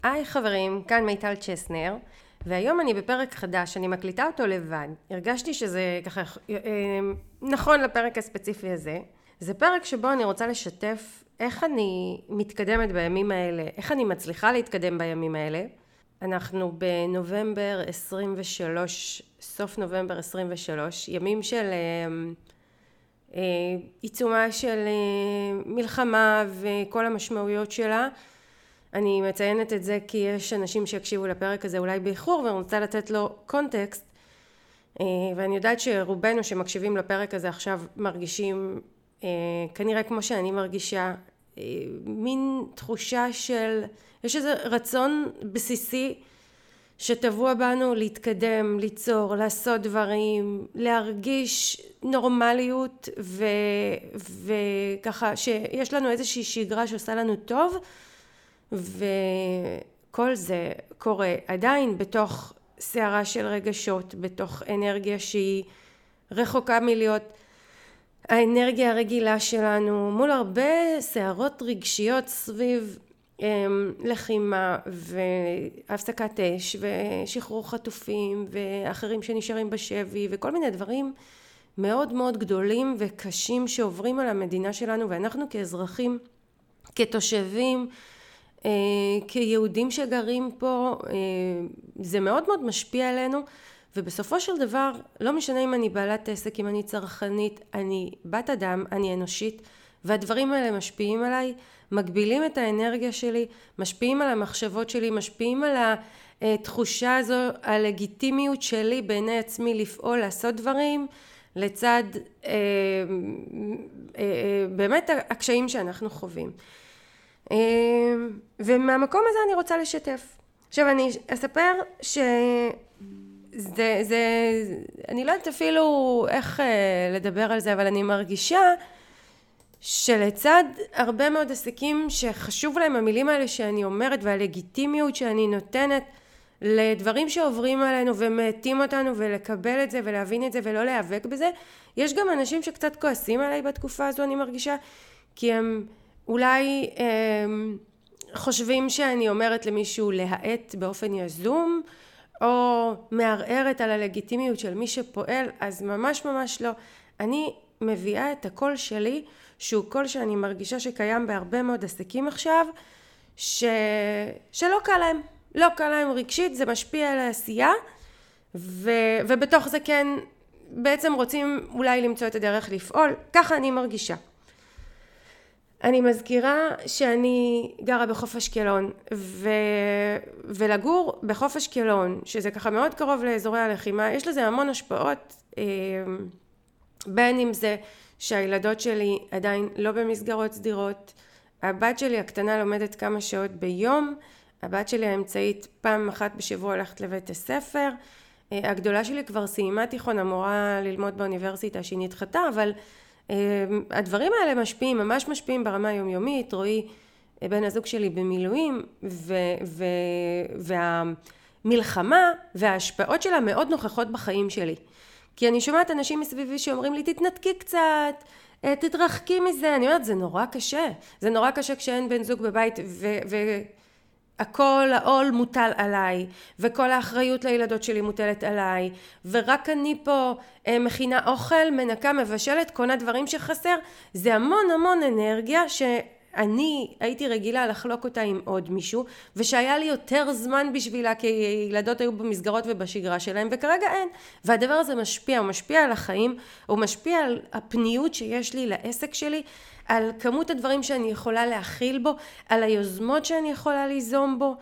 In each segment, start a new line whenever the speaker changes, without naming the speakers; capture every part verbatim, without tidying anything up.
היי חברים, כאן מיטל צ'סנר, והיום אני בפרק חדש, אני מקליטה אותו לבד. הרגשתי שזה ככה נכון לפרק הספציפי הזה. זה פרק שבו אני רוצה לשתף איך אני מתקדמת בימים האלה, איך אני מצליחה להתקדם בימים האלה. אנחנו בנובמבר עשרים ושלוש, סוף נובמבר עשרים ושלוש, ימים של אה, עיצומה של אה, מלחמה וכל המשמעויות שלה. אני מציינת את זה כי יש אנשים שיקשיבו לפרק הזה אולי באיחור ואני רוצה לתת לו קונטקסט, ואני יודעת שרובנו שמקשיבים לפרק הזה עכשיו מרגישים כנראה כמו שאני מרגישה, מין תחושה של, יש איזה רצון בסיסי שטבוע בנו להתקדם, ליצור, לעשות דברים, להרגיש נורמליות ו, וככה שיש לנו איזושהי שגרה שעושה לנו טוב, וכל זה קורה עדיין בתוך סערה של רגשות, בתוך אנרגיה שהיא רחוקה מלהיות האנרגיה הרגילה שלנו, מול הרבה סערות רגשיות סביב הם, לחימה והפסקת אש ושחרור חטופים ואחרים שנשארים בשבי וכל מיני דברים מאוד מאוד גדולים וקשים שעוברים על המדינה שלנו, ואנחנו כאזרחים, כתושבים, Uh, כיהודים שגרים פה, uh, זה מאוד מאוד משפיע עלינו, ובסופו של דבר לא משנה אם אני בעלת עסק, אם אני צרכנית, אני בת אדם, אני אנושית, והדברים האלה משפיעים עליי, מגבילים את האנרגיה שלי, משפיעים על המחשבות שלי, משפיעים על התחושה הזו, הלגיטימיות שלי בעיני עצמי לפעול, לעשות דברים לצד uh, uh, uh, באמת הקשיים שאנחנו חווים. ומהמקום הזה אני רוצה לשתף. עכשיו אני אספר שזה, זה, אני לא יודעת אפילו איך לדבר על זה, אבל אני מרגישה שלצד הרבה מאוד עסקים שחשוב להם המילים האלה שאני אומרת והלגיטימיות שאני נותנת לדברים שעוברים עלינו ומעטים אותנו, ולקבל את זה ולהבין את זה ולא להיאבק בזה, יש גם אנשים שקצת כועסים עליי בתקופה הזו, אני מרגישה, כי הם אולי אה, חושבים שאני אומרת למישהו להאט באופן יזום, או מערערת על הלגיטימיות של מי שפועל, אז ממש ממש לא. אני מביאה את הקול שלי, שהוא קול שאני מרגישה שקיים בהרבה מאוד עסקים עכשיו, ש... שלא קל להם, לא קל להם רגשית, זה משפיע על העשייה, ו... ובתוך זה כן בעצם רוצים אולי למצוא את הדרך לפעול, ככה אני מרגישה. אני מזכירה שאני גרה בחוף אשקלון, ו... ולגור בחוף אשקלון, שזה ככה מאוד קרוב לאזורי הלחימה, יש לזה המון השפעות, בין אם זה שהילדות שלי עדיין לא במסגרות סדירות, הבת שלי הקטנה לומדת כמה שעות ביום, הבת שלי האמצעית פעם אחת בשבוע הולכת לבית הספר, הגדולה שלי כבר סיימה תיכון, אמורה ללמוד באוניברסיטה שהיא נדחתה, אבל הדברים האלה משפיעים, ממש משפיעים ברמה היומיומית. רואי בן הזוג שלי במילואים, ו- ו- והמלחמה וההשפעות שלה מאוד נוכחות בחיים שלי. כי אני שומעת אנשים מסביבי שאומרים לי, תתנתקי קצת, תתרחקי מזה. אני אומרת, זה נורא קשה. זה נורא קשה כשאין בן זוג בבית, ו... ו- הכל העול מוטל עליי, וכל האחריות לילדות שלי מוטלת עליי, ורק אני פה מכינה אוכל, מנקה, מבשלת, קונה דברים שחסר. זה המון המון אנרגיה שאני הייתי רגילה לחלוק אותה עם עוד מישהו, ושהיה לי יותר זמן בשבילה, כי ילדות היו במסגרות ובשגרה שלהם, וכרגע אין. והדבר הזה משפיע, הוא משפיע על החיים, הוא משפיע על הפניות שיש לי לעסק שלי, על כמות הדברים שאני יכולה להכיל בו, על היוזמות שאני יכולה ליזום בו,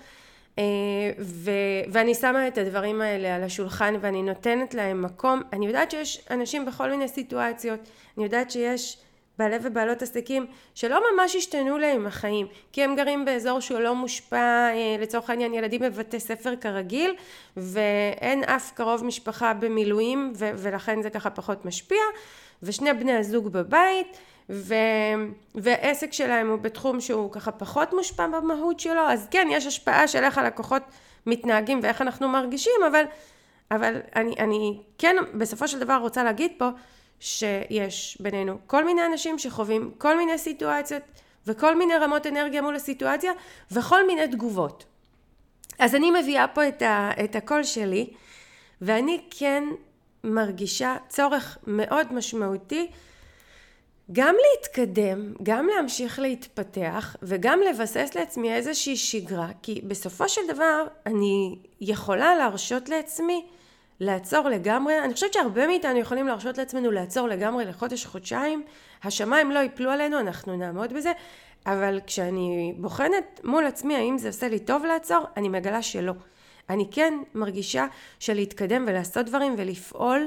ו- ואני שמה את הדברים האלה על השולחן ואני נותנת להם מקום. אני יודעת שיש אנשים בכל מיני סיטואציות, אני יודעת שיש בעלי ובעלות עסקים שלא ממש השתנו להם החיים, כי הם גרים באזור שהוא לא מושפע, לצורך העניין ילדים בבתי ספר כרגיל, ואין אף קרוב משפחה במילואים, ו- ולכן זה ככה פחות משפיע, ושני בני הזוג בבית, ו... והעסק שלהם הוא בתחום שהוא ככה פחות מושפע במהות שלו, אז כן, יש השפעה של איך הלקוחות מתנהגים ואיך אנחנו מרגישים, אבל, אבל אני, אני כן בסופו של דבר רוצה להגיד פה, שיש בינינו כל מיני אנשים שחווים כל מיני סיטואציות, וכל מיני רמות אנרגיה מול הסיטואציה, וכל מיני תגובות. אז אני מביאה פה את, ה, את הקול שלי, ואני כן מרגישה צורך מאוד משמעותי, גם להתקדם, גם להמשיך להתפתח, וגם לבסס לעצמי איזושהי שגרה, כי בסופו של דבר אני יכולה להרשות לעצמי לעצור לגמרי. אני חושבת שהרבה מאיתנו יכולים להרשות לעצמנו לעצור לגמרי לחודש, חודשיים. השמיים לא ייפלו עלינו, אנחנו נעמוד בזה, אבל כשאני בוחנת מול עצמי האם זה עושה לי טוב לעצור, אני מגלה שלא. אני כן מרגישה שלהתקדם ולעשות דברים ולפעול,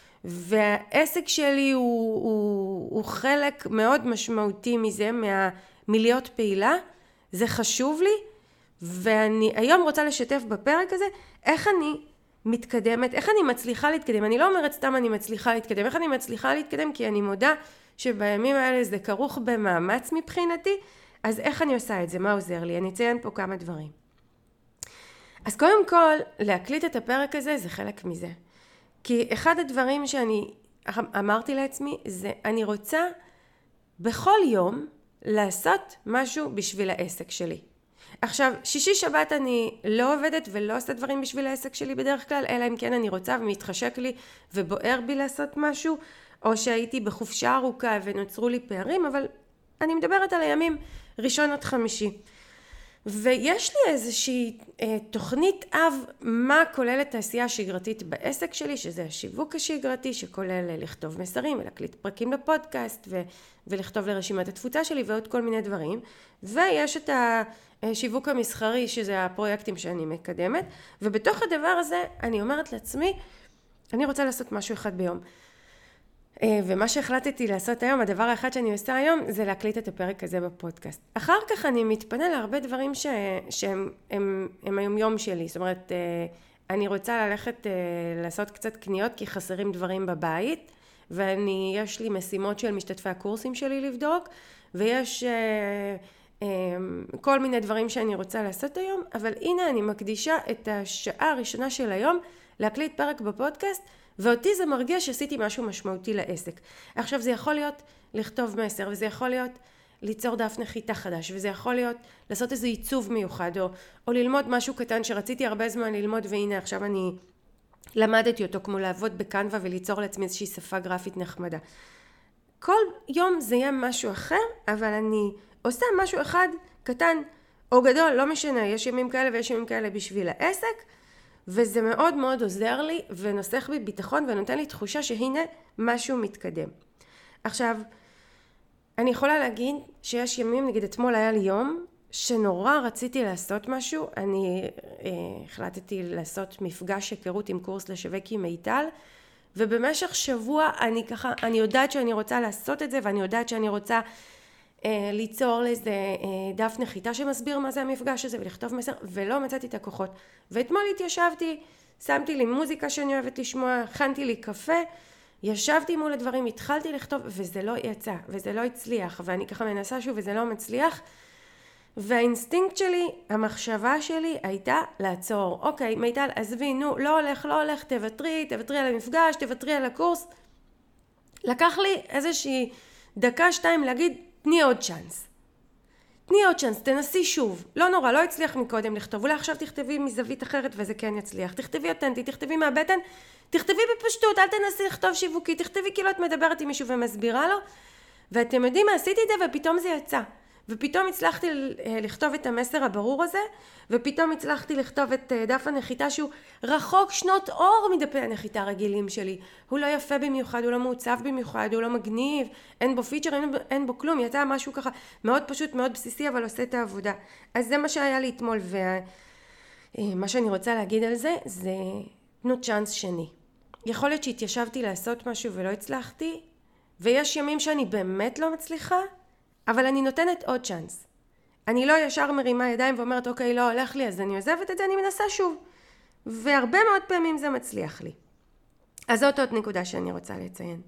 והעסק שלי הוא, הוא, הוא חלק מאוד משמעותי מזה, מה, מלהיות פעילה. זה חשוב לי, ואני היום רוצה לשתף בפרק הזה איך אני מתקדמת, איך אני מצליחה להתקדם. אני לא אומרת סתם אני מצליחה להתקדם, איך אני מצליחה להתקדם, כי אני מודה שבימים האלה זה כרוך במאמץ מבחינתי. אז איך אני עושה את זה? מה עוזר לי? אני אציין פה כמה דברים. אז קודם כל, להקליט את הפרק הזה זה חלק מזה. כי אחד הדברים שאני אמרתי לעצמי זה, אני רוצה בכל יום לעשות משהו בשביל העסק שלי. עכשיו, שישי שבת אני לא עובדת ולא עושה דברים בשביל העסק שלי בדרך כלל, אלא אם כן אני רוצה ומתחשק לי ובוער בי לעשות משהו, או שהייתי בחופשה ארוכה ונוצרו לי פערים, אבל אני מדברת על הימים ראשון עד חמישי. ויש לי איזושהי אה, תוכנית אב מה כוללת העשייה השגרתית בעסק שלי, שזה השיווק השגרתי, שכולל לכתוב מסרים ולהקליט פרקים לפודקאסט ו- ולכתוב לרשימת התפוצה שלי ועוד כל מיני דברים. ויש את השיווק המסחרי, שזה הפרויקטים שאני מקדמת, ובתוך הדבר הזה אני אומרת לעצמי, אני רוצה לעשות משהו אחד ביום. ומה שהחלטתי לעשות היום, הדבר האחד שאני עושה היום, זה להקליט את הפרק הזה בפודקאסט. אחר כך אני מתפנה להרבה דברים ש... שהם הם, הם היומיום שלי. זאת אומרת, אני רוצה ללכת לעשות קצת קניות, כי חסרים דברים בבית, ואני, יש לי משימות של משתתפי הקורסים שלי לבדוק, ויש כל מיני דברים שאני רוצה לעשות היום, אבל הנה אני מקדישה את השעה הראשונה של היום להקליט פרק בפודקאסט, ואותי זה מרגיע שעשיתי משהו משמעותי לעסק. עכשיו זה יכול להיות לכתוב מסר, וזה יכול להיות ליצור דף נחיתה חדש, וזה יכול להיות לעשות איזה עיצוב מיוחד, או, או ללמוד משהו קטן שרציתי הרבה זמן ללמוד, והנה עכשיו אני למדתי אותו, כמו לעבוד בקנווה וליצור לעצמי איזושהי שפה גרפית נחמדה. כל יום זה יהיה משהו אחר, אבל אני עושה משהו אחד קטן או גדול, לא משנה, יש ימים כאלה ויש ימים כאלה בשביל העסק, וזה מאוד מאוד עוזר לי ונוסח בי ביטחון ונותן לי תחושה שהנה משהו מתקדם. עכשיו, אני יכולה להגיד שיש ימים, נגיד אתמול היה לי יום שנורא רציתי לעשות משהו. אני אה, החלטתי לעשות מפגש היכרות עם קורס לשווק עם מיטל, ובמשך שבוע אני ככה, אני יודעת שאני רוצה לעשות את זה, ואני יודעת שאני רוצה אה, ליצור לזה אה, דף נחיתה שמסביר מה זה המפגש הזה ולכתוב מסר, ולא מצאתי את הכוחות. ואתמול התיישבתי, שמתי לי מוזיקה שאני אוהבת לשמוע, הכנתי לי קפה, ישבתי מול הדברים, התחלתי לכתוב, וזה לא יצא, וזה לא הצליח, ואני ככה מנסה שוב וזה לא מצליח, והאינסטינקט שלי, המחשבה שלי הייתה לעצור. אוקיי, מיטל, עזבי, נו, לא הולך, לא הולך, תוותרי, תוותרי על המפגש, תוותרי על הקורס. לקח לי איזושהי דקה, שתיים להגיד, תני עוד צ'אנס. תני עוד צ'אנס, תנסי שוב. לא נורא, לא הצליח מקודם לכתוב. אולי עכשיו תכתבי מזווית אחרת וזה כן יצליח. תכתבי אותנטי, תכתבי מהבטן, תכתבי בפשטות, אל תנסי לכתוב שיווקי, תכתבי כאילו את מדברת עם מישהו ומסבירה לו. ואתם יודעים מה, עשיתי את זה ופתאום זה יצא. ופתאום הצלחתי לכתוב את המסר הברור הזה, ופתאום הצלחתי לכתוב את דף הנחיתה שהוא רחוק שנות אור מדפי הנחיתה הרגילים שלי. הוא לא יפה במיוחד, הוא לא מעוצב במיוחד, הוא לא מגניב, אין בו פיצ'ר, אין, אין בו כלום, יצא משהו ככה מאוד פשוט, מאוד בסיסי, אבל עושה את העבודה. אז זה מה שהיה לי אתמול, ומה שאני רוצה להגיד על זה, זה תנו צ'אנס שני. יכול להיות שהתיישבתי לעשות משהו ולא הצלחתי, ויש ימים שאני באמת לא מצליחה, אבל אני נותנת עוד צ'אנס. אני לא ישר מרימה ידיים ואומרת, אוקיי, לא הולך לי, אז אני עוזבת את זה, אני מנסה שוב. והרבה מאוד פעמים זה מצליח לי. אז זאת עוד נקודה שאני רוצה לציין.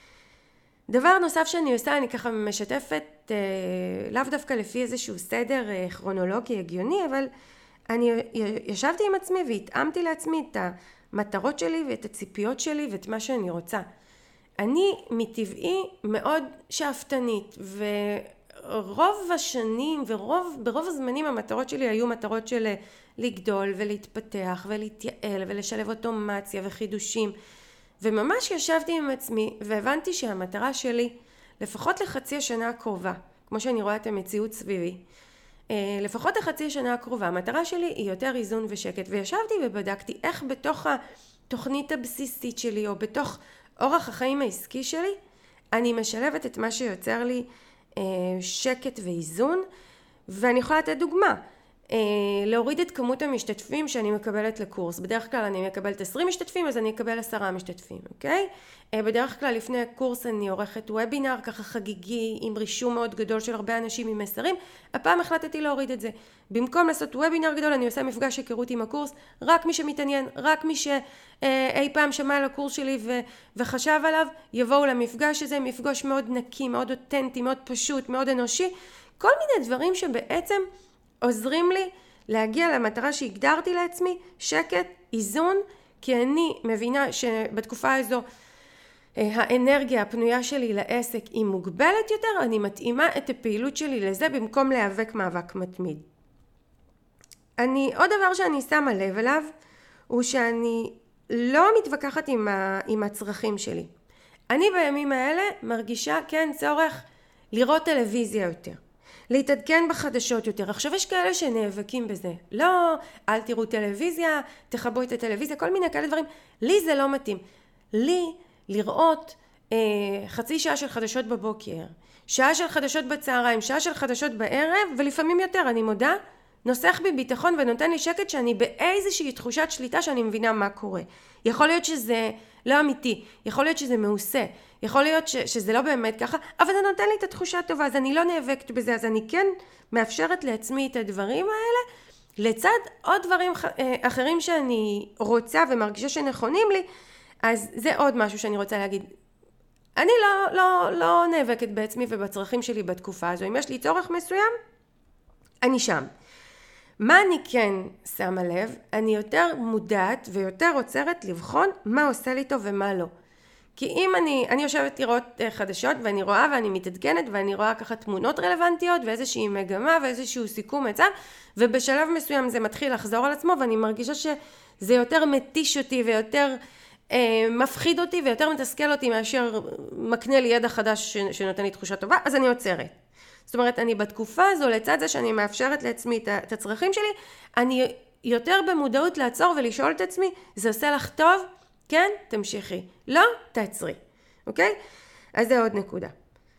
דבר נוסף שאני עושה, אני ככה משתפת, אה, לאו דווקא לפי איזשהו סדר אה, כרונולוגי הגיוני, אבל אני ישבתי עם עצמי והתאמתי לעצמי את המטרות שלי ואת הציפיות שלי ואת מה שאני רוצה. אני מטבעי מאוד שאפתנית רוב השנים ורוב, ברוב הזמנים המטרות שלי היו מטרות של לגדול ולהתפתח ולהתייעל ולשלב אוטומציה וחידושים. וממש ישבתי עם עצמי והבנתי שהמטרה שלי, לפחות לחצי השנה הקרובה, כמו שאני רואה את המציאות סביבי, לפחות לחצי השנה הקרובה, המטרה שלי היא יותר איזון ושקט. וישבתי ובדקתי איך בתוך התוכנית הבסיסית שלי, או בתוך אורח החיים העסקי שלי, אני משלבת את מה שיוצר לי שקט ואיזון. ואני יכולה לתת דוגמה, להוריד את כמות המשתתפים שאני מקבלת לקורס. בדרך כלל אני מקבלת עשרים משתתפים, אז אני אקבל עשרה משתתפים, אוקיי? בדרך כלל לפני הקורס אני עורכת וובינר ככה חגיגי עם רישום מאוד גדול של הרבה אנשים עם מסרים. הפעם החלטתי להוריד את זה. במקום לעשות וובינר גדול אני עושה מפגש היכרות עם הקורס, רק מי שמתעניין, רק מי שאי פעם שמע על הקורס שלי ו- וחשב עליו, יבואו למפגש הזה, מפגש מאוד נקי, מאוד אותנטי, מאוד פשוט, מאוד אנושי. כל מיני דברים שבעצם עוזרים לי להגיע למטרה שהגדרתי לעצמי, שקט, איזון, כי אני מבינה שבתקופה הזו האנרגיה הפנויה שלי לעסק היא מוגבלת יותר, אני מתאימה את הפעילות שלי לזה במקום להיאבק מאבק מתמיד. אני, עוד דבר שאני שמה לב אליו, הוא שאני לא מתווכחת עם, ה, עם הצרכים שלי. אני בימים האלה מרגישה כן צורך לראות טלוויזיה יותר. להתעדכן בחדשות יותר. עכשיו יש כאלה שנאבקים בזה. לא, אל תראו טלוויזיה, תחבו את הטלוויזיה, כל מיני כאלה דברים. לי זה לא מתאים. לי לראות אה, חצי שעה של חדשות בבוקר, שעה של חדשות בצהריים, שעה של חדשות בערב, ולפעמים יותר, אני מודה, נוסח בי ביטחון ונותן לי שקט שאני באיזושהי תחושת שליטה שאני מבינה מה קורה. יכול להיות שזה לא אמיתי, יכול להיות שזה מעושה, יכול להיות ש- שזה לא באמת ככה, אבל זה נותן לי את התחושה הטובה, אז אני לא נאבקת בזה, אז אני כן מאפשרת לעצמי את הדברים האלה, לצד עוד דברים אחרים שאני רוצה ומרגישה שנכונים לי. אז זה עוד משהו שאני רוצה להגיד. אני לא, לא, לא נאבקת בעצמי ובצרכים שלי בתקופה הזו. אם יש לי צורך מסוים, אני שם. מה אני כן שמה לב? אני יותר מודעת ויותר עוצרת לבחון מה עושה לי טוב ומה לא. כי אם אני, אני יושבת לראות חדשות ואני רואה ואני מתעדכנת ואני רואה ככה תמונות רלוונטיות ואיזושהי מגמה ואיזשהו סיכום מצב, ובשלב מסוים זה מתחיל לחזור על עצמו ואני מרגישה שזה יותר מתיש אותי ויותר אה, מפחיד אותי ויותר מתסכל אותי מאשר מקנה לי ידע חדש שנותן לי תחושה טובה, אז אני עוצרת. זאת אומרת, אני בתקופה הזו, לצד זה שאני מאפשרת לעצמי את הצרכים שלי, אני יותר במודעות לעצור ולשאול את עצמי, זה עושה לך טוב? כן? תמשיכי. לא? תעצרי. אוקיי? אז זה עוד נקודה.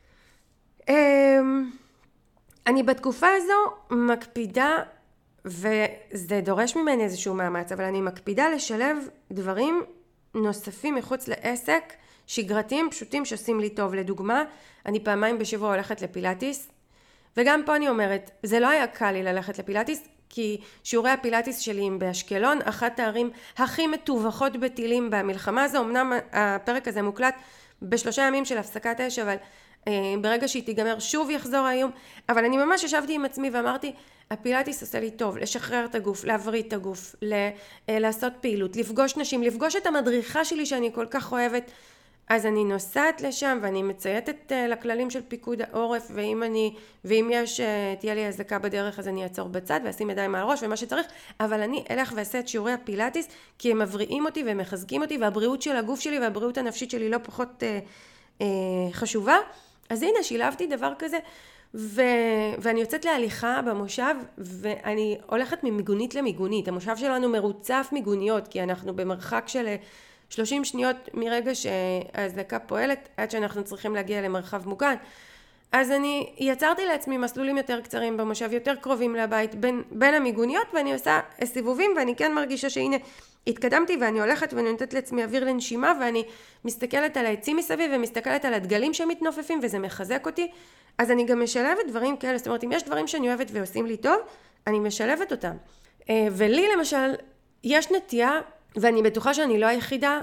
אני בתקופה הזו מקפידה, וזה דורש ממני איזשהו מאמץ, אבל אני מקפידה לשלב דברים נוספים מחוץ לעסק, שגרתיים, פשוטים, שעושים לי טוב. לדוגמה, אני פעמיים בשבוע הולכת לפילאטיס, וגם פה אני אומרת, זה לא היה קל לי ללכת לפילאטיס, כי שיעורי הפילאטיס שלי הם באשקלון, אחת הערים הכי מטווחות בטילים במלחמה הזו. אמנם הפרק הזה מוקלט בשלושה ימים של הפסקת אש, אבל אה, ברגע שהיא תיגמר שוב יחזור היום. אבל אני ממש ישבתי עם עצמי ואמרתי, הפילאטיס עושה לי טוב, לשחרר את הגוף, להבריא את הגוף, ל, אה, לעשות פעילות, לפגוש נשים, לפגוש את המדריכה שלי שאני כל כך אוהבת. אז אני נוסעת לשם ואני מצייתת לכללים של פיקוד העורף, ואם אני, ואם יש, תהיה לי הזקה בדרך, אז אני אעצור בצד ואשים ידיים על הראש ומה שצריך, אבל אני אלך ועשה את שיעורי הפילאטיס, כי הם מבריאים אותי והם מחזקים אותי, והבריאות של הגוף שלי והבריאות הנפשית שלי לא פחות אה, אה, חשובה. אז הנה, שילבתי דבר כזה, ו... ואני יוצאת להליכה במושב, ואני הולכת ממיגונית למיגונית. המושב שלנו מרוצף מיגוניות, כי אנחנו במרחק של שלושים שניות מרגע שההזדקה פועלת, עד שאנחנו צריכים להגיע למרחב מוגן. אז אני יצרתי לעצמי מסלולים יותר קצרים במושב, יותר קרובים לבית, בין, בין המיגוניות, ואני עושה סיבובים, ואני כן מרגישה שהנה התקדמתי, ואני הולכת ואני נותנת לעצמי אוויר לנשימה, ואני מסתכלת על העצים מסביב, ומסתכלת על הדגלים שמתנופפים, וזה מחזק אותי. אז אני גם משלבת דברים כאלה, זאת אומרת, אם יש דברים שאני אוהבת ועושים לי טוב, אני משלבת אותם. ולי למשל, יש נטייה, ואני בטוחה שאני לא היחידה,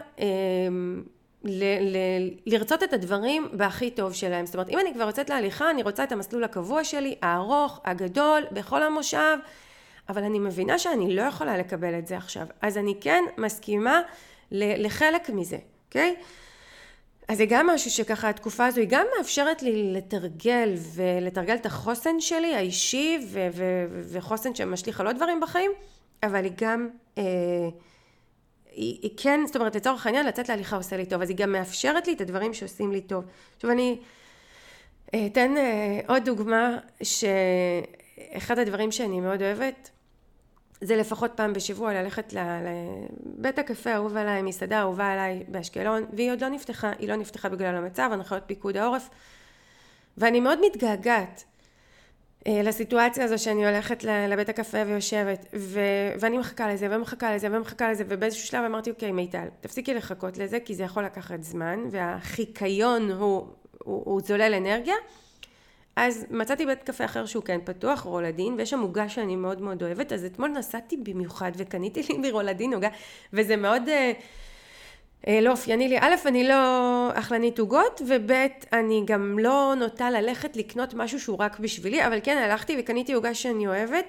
ל- ל- לרצות את הדברים בהכי טוב שלהם. זאת אומרת, אם אני כבר יוצאת להליכה, אני רוצה את המסלול הקבוע שלי, הארוך, הגדול, בכל המושב, אבל אני מבינה שאני לא יכולה לקבל את זה עכשיו. אז אני כן מסכימה ל- לחלק מזה, אוקיי? אז זה גם משהו שככה התקופה הזו היא גם מאפשרת לי לתרגל ולתרגל את החוסן שלי האישי ו- ו- וחוסן שמשליך על עוד דברים בחיים, אבל היא גם, אה, היא, היא כן, זאת אומרת לצורך העניין לצאת להליכה עושה לי טוב, אז היא גם מאפשרת לי את הדברים שעושים לי טוב. עכשיו אני אתן אה, עוד דוגמה שאחד הדברים שאני מאוד אוהבת, זה לפחות פעם בשבוע ללכת לבית הקפה האהוב עליי, מסעדה אהובה עליי באשקלון, והיא עוד לא נפתחה, היא לא נפתחה בגלל המצב, הנחיות פיקוד העורף, ואני מאוד מתגעגעת אה, לסיטואציה הזו שאני הולכת לבית הקפה ויושבת, ו- ואני מחכה לזה ומחכה לזה ומחכה לזה, ובאיזשהו שלב אמרתי, אוקיי מיטל, תפסיקי לחכות לזה, כי זה יכול לקחת זמן, והחיקיון הוא, הוא, הוא זולל אנרגיה, אז מצאתי בית קפה אחר שהוא כן פתוח, רולדין, ויש שם עוגה שאני מאוד מאוד אוהבת, אז אתמול נסעתי במיוחד וקניתי לי ברולדין עוגה, וזה מאוד אה, אה, לא אופייני לי. א', אני לא אכלנית עוגות, וב', אני גם לא נוטה ללכת לקנות משהו שהוא רק בשבילי, אבל כן הלכתי וקניתי עוגה שאני אוהבת,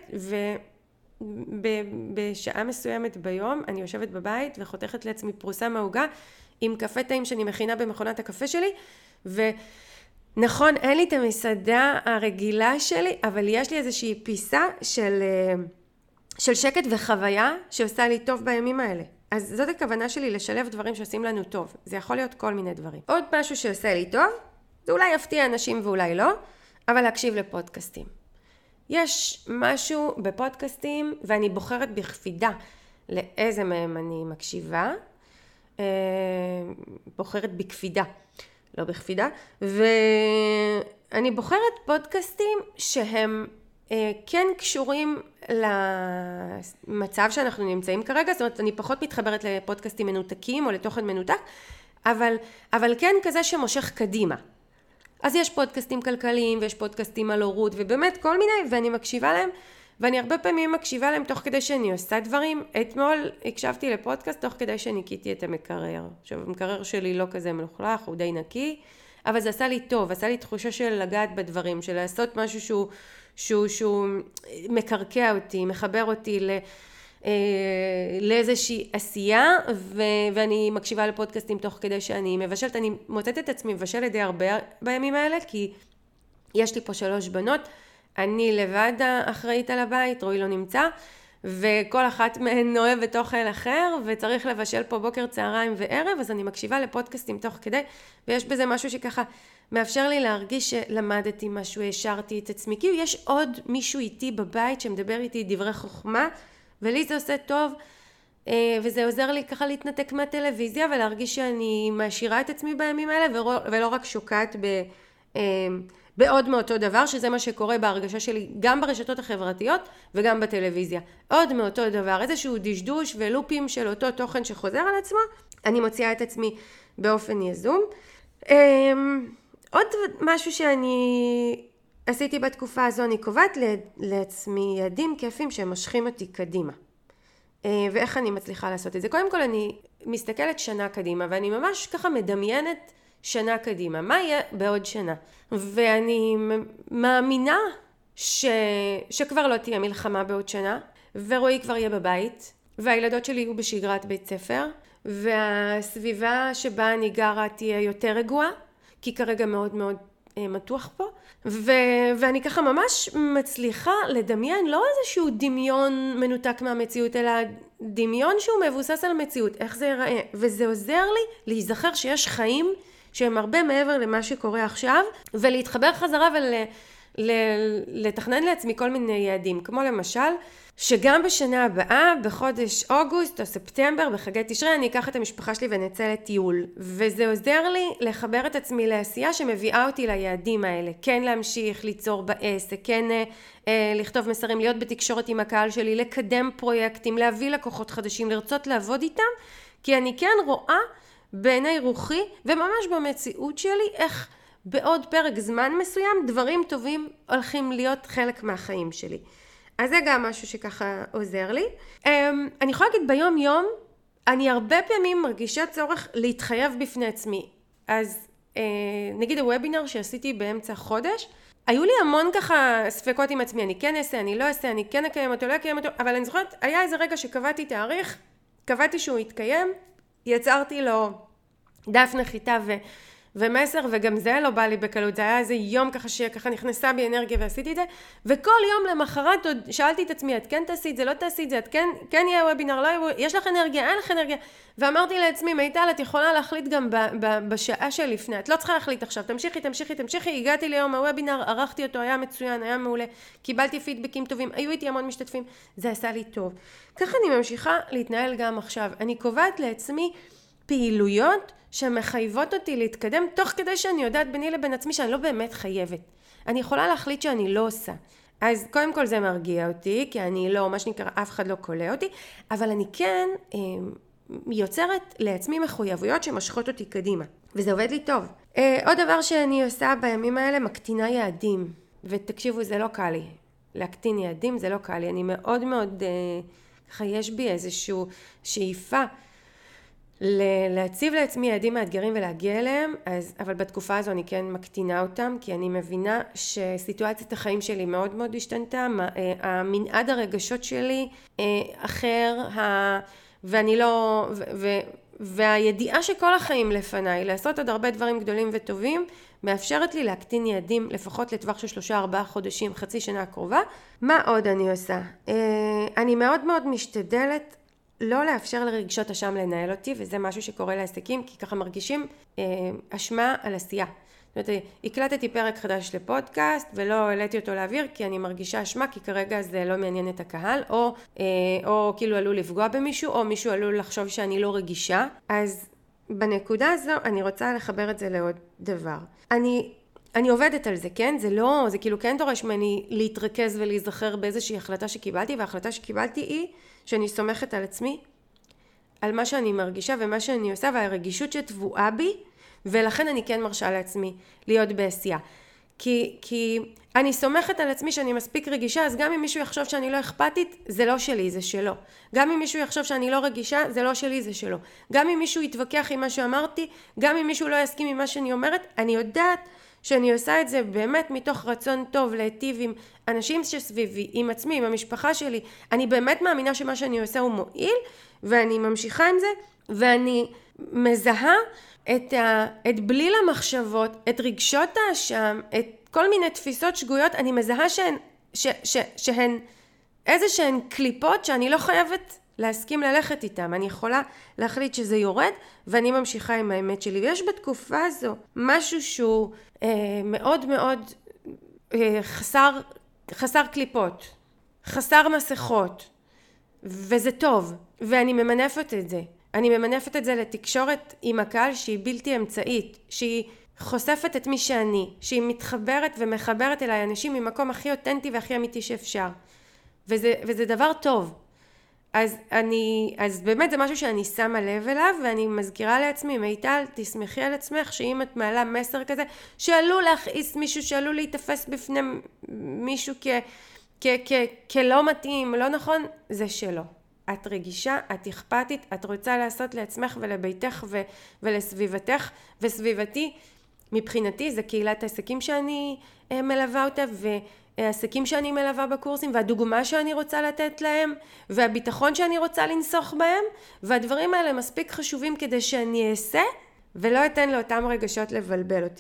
ובשעה מסוימת ביום אני יושבת בבית וחותכת לעצמי פרוסה מהעוגה, עם קפה טעים שאני מכינה במכונת הקפה שלי, ו... נכון, אין לי את המסעדה הרגילה שלי, אבל יש לי איזושהי פיסה של, של שקט וחוויה שעושה לי טוב בימים האלה. אז זאת הכוונה שלי, לשלב דברים שעושים לנו טוב. זה יכול להיות כל מיני דברים. עוד משהו שעושה לי טוב, זה אולי יפתיע אנשים ואולי לא, אבל להקשיב לפודקאסטים. יש משהו בפודקאסטים, ואני בוחרת בקפידה לאיזה מהם אני מקשיבה, בוחרת בקפידה. לא בכפידה, ואני בוחרת פודקאסטים שהם אה, כן קשורים למצב שאנחנו נמצאים כרגע, זאת אומרת אני פחות מתחברת לפודקאסטים מנותקים או לתוכן מנותק, אבל, אבל כן כזה שמושך קדימה. אז יש פודקאסטים כלכליים ויש פודקאסטים על הורות ובאמת כל מיני, ואני מקשיבה להם, ואני הרבה פעמים מקשיבה להם תוך כדי שאני עושה דברים. אתמול הקשבתי לפודקאסט תוך כדי שניקיתי את המקרר. עכשיו, המקרר שלי לא כזה מלוכלך, הוא די נקי, אבל זה עשה לי טוב, עשה לי תחושה של לגעת בדברים, של לעשות משהו שהוא, שהוא, שהוא מקרקע אותי, מחבר אותי ל, אה, לאיזושהי עשייה, ו, ואני מקשיבה לפודקאסטים תוך כדי שאני מבשלת. אני מוצאת את עצמי מבשלת די הרבה בימים האלה, כי יש לי פה שלוש בנות, אני לבד אחראית על הבית, רועי לא נמצא, וכל אחת מהן אוהבת אוכל אחר, וצריך לבשל פה בוקר, צהריים וערב, אז אני מקשיבה לפודקאסטים תוך כדי, ויש בזה משהו שככה מאפשר לי להרגיש שלמדתי משהו, השארתי את עצמי, כאילו יש עוד מישהו איתי בבית שמדבר איתי דברי חוכמה, ולי זה עושה טוב, וזה עוזר לי ככה להתנתק מהטלוויזיה, ולהרגיש שאני מעשירה את עצמי בימים האלה, ולא רק שוקעת ב... בעוד מאותו דבר, שזה מה שקורה בהרגשה שלי גם ברשתות החברתיות וגם בטלוויזיה. עוד מאותו דבר, איזשהו דשדוש ולופים של אותו תוכן שחוזר על עצמו, אני מוציאה את עצמי באופן יזום. עוד משהו שאני עשיתי בתקופה הזו, אני קובעת לעצמי יעדים כיפים שמשכים אותי קדימה. ואיך אני מצליחה לעשות את זה? קודם כל אני מסתכלת שנה קדימה, ואני ממש ככה מדמיינת שנה קדימה, מה יהיה בעוד שנה? ואני מאמינה ש... שכבר לא תהיה מלחמה בעוד שנה, ורועי כבר יהיה בבית, והילדות שלי יהיו בשגרת בית ספר, והסביבה שבה אני גרה תהיה יותר רגועה, כי כרגע מאוד מאוד אה, מתוח פה, ו... ואני ככה ממש מצליחה לדמיין לא איזשהו דמיון מנותק מהמציאות, אלא דמיון שהוא מבוסס על המציאות, איך זה ייראה, וזה עוזר לי להיזכר שיש חיים שהם הרבה מעבר למה שקורה עכשיו, ולהתחבר חזרה ולתכנן לעצמי כל מיני יעדים, כמו למשל, שגם בשנה הבאה, בחודש אוגוסט או ספטמבר, בחגי תשרי, אני אקח את המשפחה שלי ונצא לטיול, וזה עוזר לי לחבר את עצמי לעשייה שמביאה אותי ליעדים האלה, כן להמשיך, ליצור בעסק, כן אה, לכתוב מסרים, להיות בתקשורת עם הקהל שלי, לקדם פרויקטים, להביא לקוחות חדשים, לרצות לעבוד איתם, כי אני כן רואה בעיני רוחי, וממש במציאות שלי, איך בעוד פרק זמן מסוים, דברים טובים הולכים להיות חלק מהחיים שלי. אז זה גם משהו שככה עוזר לי. אני יכולה להגיד ביום יום, אני הרבה פעמים מרגישה צורך להתחייב בפני עצמי. אז נגיד הוובינר שעשיתי באמצע חודש, היו לי המון ככה ספקות עם עצמי, אני כן אעשה, אני לא אעשה, אני כן אקיים אותו, לא אקיים אותו, אבל אני זוכרת, היה איזה רגע שקבעתי תאריך, קבעתי שהוא יתקיים, יצרתי לו דף נחיתה ו- ומסר, וגם זה לא בא לי בקלות, זה היה איזה יום ככה שככה נכנסה בי אנרגיה ועשיתי את זה, וכל יום למחרת עוד שאלתי את עצמי, את כן תעשי את זה, לא תעשי את זה, את כן, כן יהיה וובינר, לא יהיה, יש לך אנרגיה, אין לך אנרגיה, ואמרתי לעצמי, מיטל, את יכולה להחליט גם ב, ב, בשעה שלפני, את לא צריכה להחליט עכשיו, תמשיכי, תמשיכי, תמשיכי, הגעתי ליום הוובינר, ערכתי אותו, היה מצוין, היה מעולה, קיבלתי פידבקים טובים, היו איתי המון משתתפים, זה עשה לי טוב. ככה אני ממשיכה להתנהל גם עכשיו, אני קובעת לעצמי פעילויות שמחייבות אותי להתקדם, תוך כדי שאני יודעת ביני לבין עצמי שאני לא באמת חייבת. אני יכולה להחליט שאני לא עושה. אז קודם כל זה מרגיע אותי, כי אני לא, מה שנקרא, אף אחד לא קולע אותי, אבל אני כן אה, יוצרת לעצמי מחויבויות שמשכות אותי קדימה, וזה עובד לי טוב. אה, עוד דבר שאני עושה בימים האלה, מקטינה יעדים, ותקשיבו, זה לא קל לי. להקטין יעדים זה לא קל לי, אני מאוד מאוד, אה, ככה יש בי איזושהי שאיפה, להציב לעצמי יעדים מאתגרים ולהגיע אליהם, אז, אבל בתקופה הזו אני כן מקטינה אותם, כי אני מבינה שסיטואציית החיים שלי מאוד מאוד השתנתה, המנעד הרגשות שלי אחר, ואני לא, ו, ו, והידיעה שכל החיים לפניי, לעשות עוד הרבה דברים גדולים וטובים, מאפשרת לי להקטין יעדים לפחות לטווח של שלושה ארבעה חודשים, חצי שנה הקרובה. מה עוד אני עושה? אני מאוד מאוד משתדלת לא לאפשר לרגשות אשם לנהל אותי, וזה משהו שקורה לעסקים, כי ככה מרגישים אה, אשמה על עשייה. זאת אומרת, הקלטתי פרק חדש לפודקאסט, ולא העליתי אותו לאוויר, כי אני מרגישה אשמה, כי כרגע זה לא מעניין את הקהל, או, אה, או כאילו עלול לפגוע במישהו, או מישהו עלול לחשוב שאני לא רגישה. אז בנקודה הזו, אני רוצה לחבר את זה לעוד דבר. אני... אני עובדת על זה, כן? זה לא, זה כאילו כן דורש ממני להתרכז ולהיזכר באיזושהי החלטה שקיבלתי, וההחלטה שקיבלתי היא שאני סומכת על עצמי, על מה שאני מרגישה ומה שאני עושה, והרגישות שטבועה בי, ולכן אני כן מרשה לעצמי להיות בעשייה. כי, כי אני סומכת על עצמי שאני מספיק רגישה, אז גם אם מישהו יחשוב שאני לא אכפתית, זה לא שלי, זה שלו. גם אם מישהו יחשוב שאני לא רגישה, זה לא שלי, זה שלו. גם אם מישהו יתווכח עם מה שאמרתי, גם אם מישהו לא יסכים עם מה שאני אומרת, אני יודעת שאני עושה את זה באמת מתוך רצון טוב להיטיב עם אנשים שסביבי, עם עצמי, עם המשפחה שלי. אני באמת מאמינה שמה שאני עושה הוא מועיל, ואני ממשיכה עם זה, ואני מזהה את, ה, את בליל המחשבות, את רגשות האשם, את כל מיני תפיסות שגויות, אני מזהה שהן, ש, ש, שהן איזה שהן קליפות שאני לא חייבת להסכים ללכת איתם. אני יכולה להחליט שזה יורד, ואני ממשיכה עם האמת שלי. ויש בתקופה הזו משהו שהוא אה, מאוד מאוד אה, חסר, חסר קליפות, חסר מסכות, וזה טוב, ואני ממנפת את זה. אני ממנפת את זה לתקשורת עם הקהל שהיא בלתי אמצעית, שהיא חושפת את מי שאני, שהיא מתחברת ומחברת אליי אנשים ממקום הכי אותנטי והכי אמיתי שאפשר. וזה, וזה דבר טוב. אז אני, אז באמת זה משהו שאני שמה לב אליו, ואני מזכירה לעצמי, מיטל, תשמחי על עצמך, שאם את מעלה מסר כזה, שעלול להכעיס מישהו, שעלול להתאפס בפני מישהו כ, כ, כ, כלא מתאים, לא נכון, זה שלא. את רגישה, את אכפתית, את רוצה לעשות לעצמך ולביתך ו, ולסביבתך, וסביבתי, מבחינתי, זה קהילת העסקים שאני מלווה אותה, ו... העסקים שאני מלווה בקורסים, והדוגמה שאני רוצה לתת להם, והביטחון שאני רוצה לנסוך בהם, והדברים האלה מספיק חשובים כדי שאני אעשה, ולא אתן לאותם רגשות לבלבל אותי.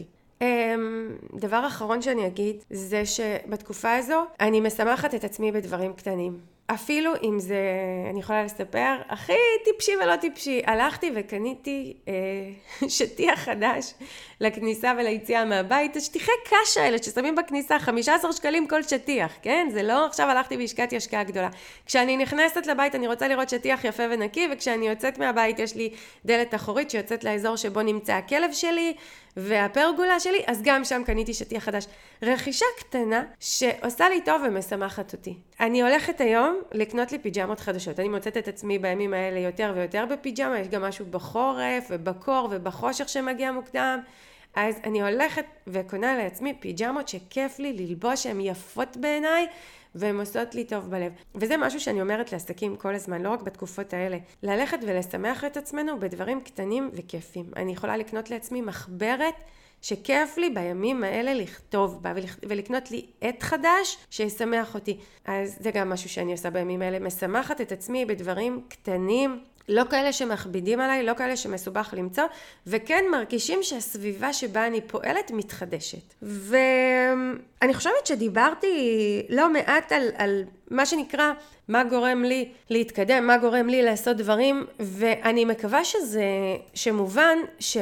דבר אחרון שאני אגיד, זה שבתקופה הזו, אני משמחת את עצמי בדברים קטנים. אפילו אם זה, אני יכולה לספר, הכי טיפשי ולא טיפשי, הלכתי וקניתי אה, שטיח חדש לכניסה וליציאה מהבית, השטיחי קש האלה ששמים בכניסה, חמישה עשר שקלים כל שטיח, כן? זה לא עכשיו הלכתי והשקעתי השקעה גדולה. כשאני נכנסת לבית אני רוצה לראות שטיח יפה ונקי, וכשאני יוצאת מהבית יש לי דלת אחורית שיוצאת לאזור שבו נמצא הכלב שלי והפרגולה שלי, אז גם שם קניתי שטיח חדש. רכישה קטנה שעושה לי טוב ומשמחת אותי. אני הולכת היום לקנות לי פיג'מות חדשות. אני מוצאת את עצמי בימים האלה יותר ויותר בפיג'מה, יש גם משהו בחורף ובקור ובחושך שמגיע מוקדם. אז אני הולכת וקונה לעצמי פיג'מות שכיף לי ללבוש, שהן יפות בעיניי, והן עושות לי טוב בלב. וזה משהו שאני אומרת לעסקים כל הזמן, לא רק בתקופות האלה. ללכת ולשמח את עצמנו בדברים קטנים וכיפים. אני יכולה לקנות לעצמי מחברת שכיף לי בימים האלה לכתוב בה, ולקנות לי עט חדש שישמח אותי. אז זה גם משהו שאני עושה בימים האלה, משמחת את עצמי בדברים קטנים לא כאלה שמכבידים עליי, לא כאלה שמסובך למצוא, וכן מרגישים שהסביבה שבה אני פועלת מתחדשת. ואני חושבת שדיברתי לא מעט על, על מה שנקרא, מה גורם לי להתקדם, מה גורם לי לעשות דברים, ואני מקווה שזה, שמובן ש...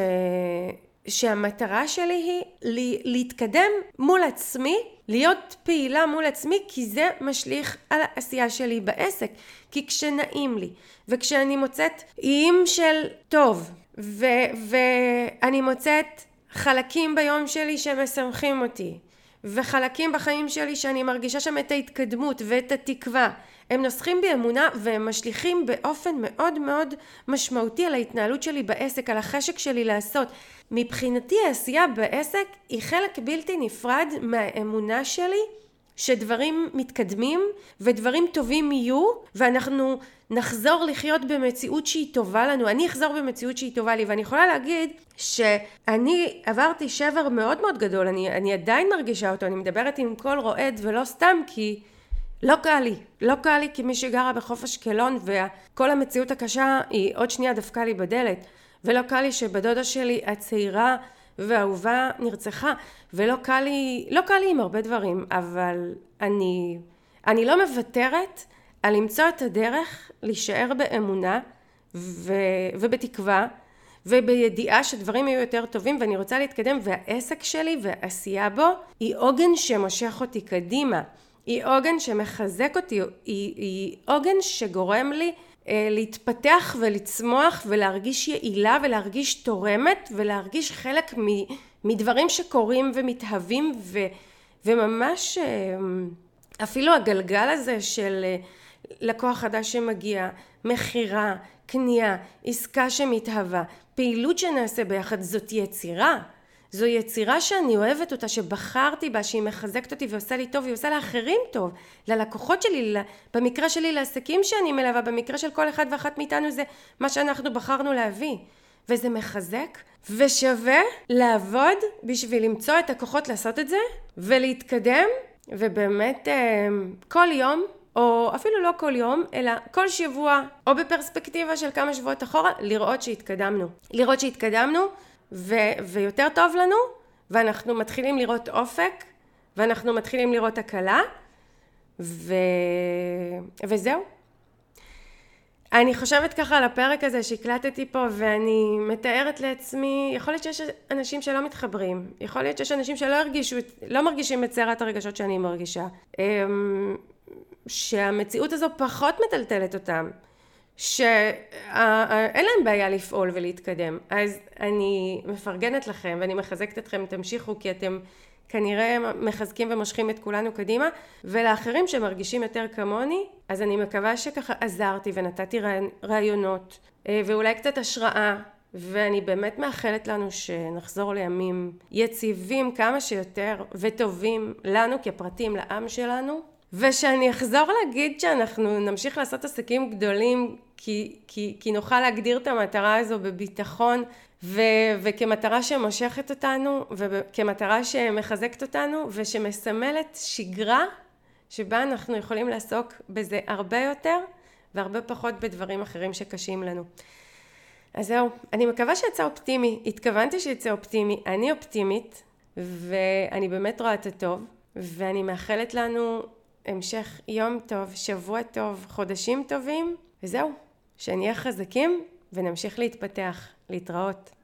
שהמטרה שלי היא לי, להתקדם מול עצמי, להיות פעילה מול עצמי, כי זה משליך על העשייה שלי בעסק. כי כשנעים לי, וכשאני מוצאת איים של טוב, ו- ואני מוצאת חלקים ביום שלי שמשמחים אותי, וחלקים בחיים שלי שאני מרגישה שם את ההתקדמות ואת התקווה, הם נוסחים בי אמונה והם משליכים באופן מאוד מאוד משמעותי על ההתנהלות שלי בעסק, על החשק שלי לעשות. מבחינתי העשייה בעסק היא חלק בלתי נפרד מהאמונה שלי שדברים מתקדמים ודברים טובים יהיו, ואנחנו נחזור לחיות במציאות שהיא טובה לנו. אני אחזור במציאות שהיא טובה לי, ואני יכולה להגיד שאני עברתי שבר מאוד מאוד גדול, אני, אני עדיין מרגישה אותו, אני מדברת עם כל רועד ולא סתם כי לא קל לי, לא קל לי כמי שגרה בחוף אשקלון, וכל המציאות הקשה היא עוד שנייה דפקה לי בדלת, ולא קל לי שבדודה שלי הצעירה והאהובה נרצחה, ולא קל לי, לא קל לי עם הרבה דברים, אבל אני, אני לא מוותרת על למצוא את הדרך להישאר באמונה ו, ובתקווה, ובידיעה שדברים יהיו יותר טובים, ואני רוצה להתקדם, והעסק שלי והעשייה בו היא עוגן שמושך אותי קדימה. היא עוגן שמחזק אותי, היא, היא עוגן שגורם לי אה, להתפתח ולצמוח ולהרגיש יעילה ולהרגיש תורמת ולהרגיש חלק מ, מדברים שקורים ומתהווים ו, וממש אה, אפילו הגלגל הזה של אה, לקוח חדש שמגיע, מחירה, קנייה, עסקה שמתהווה, פעילות שנעשה ביחד, זאת יצירה. זו יצירה שאני אוהבת אותה, שבחרתי בה, שהיא מחזקת אותי ועושה לי טוב, והיא עושה לאחרים טוב, ללקוחות שלי, במקרה שלי, לעסקים שאני מלווה, במקרה של כל אחד ואחת מאיתנו, זה מה שאנחנו בחרנו להביא. וזה מחזק, ושווה לעבוד בשביל למצוא את הכוחות לעשות את זה, ולהתקדם, ובאמת כל יום, או אפילו לא כל יום, אלא כל שבוע, או בפרספקטיבה של כמה שבועות אחורה, לראות שהתקדמנו. לראות שהתקדמנו, ו- ויותר טוב לנו, ואנחנו מתחילים לראות אופק, ואנחנו מתחילים לראות הקלה, ו- וזהו. אני חושבת ככה על הפרק הזה שהקלטתי פה, ואני מתארת לעצמי, יכול להיות שיש אנשים שלא מתחברים, יכול להיות שיש אנשים שלא הרגישו, לא מרגישים את סערת הרגשות שאני מרגישה, שהמציאות הזו פחות מטלטלת אותם, שאין להם בעיה לפעול ולהתקדם. אז אני מפרגנת לכם ואני מחזקת אתכם, תמשיכו, כי אתם כנראה מחזקים ומושכים את כולנו קדימה, ולאחרים שמרגישים יותר כמוני, אז אני מקווה שככה עזרתי ונתתי רעיונות ואולי קצת השראה, ואני באמת מאחלת לנו שנחזור לימים יציבים כמה שיותר וטובים לנו כפרטים, לעם שלנו, ושאני אחזור להגיד שאנחנו נמשיך לעשות עסקים גדולים, כי, כי, כי נוכל להגדיר את המטרה הזו בביטחון, ו, וכמטרה שמושכת אותנו, וכמטרה שמחזקת אותנו, ושמסמלת שגרה, שבה אנחנו יכולים לעסוק בזה הרבה יותר, והרבה פחות בדברים אחרים שקשים לנו. אז זהו, אני מקווה שיצא אופטימי, התכוונתי שיצא אופטימי, אני אופטימית, ואני באמת רואה את הטוב, ואני מאחלת לנו המשך יום טוב, שבוע טוב, חודשים טובים, וזהו, שנהיה חזקים ונמשיך להתפתח, להתראות.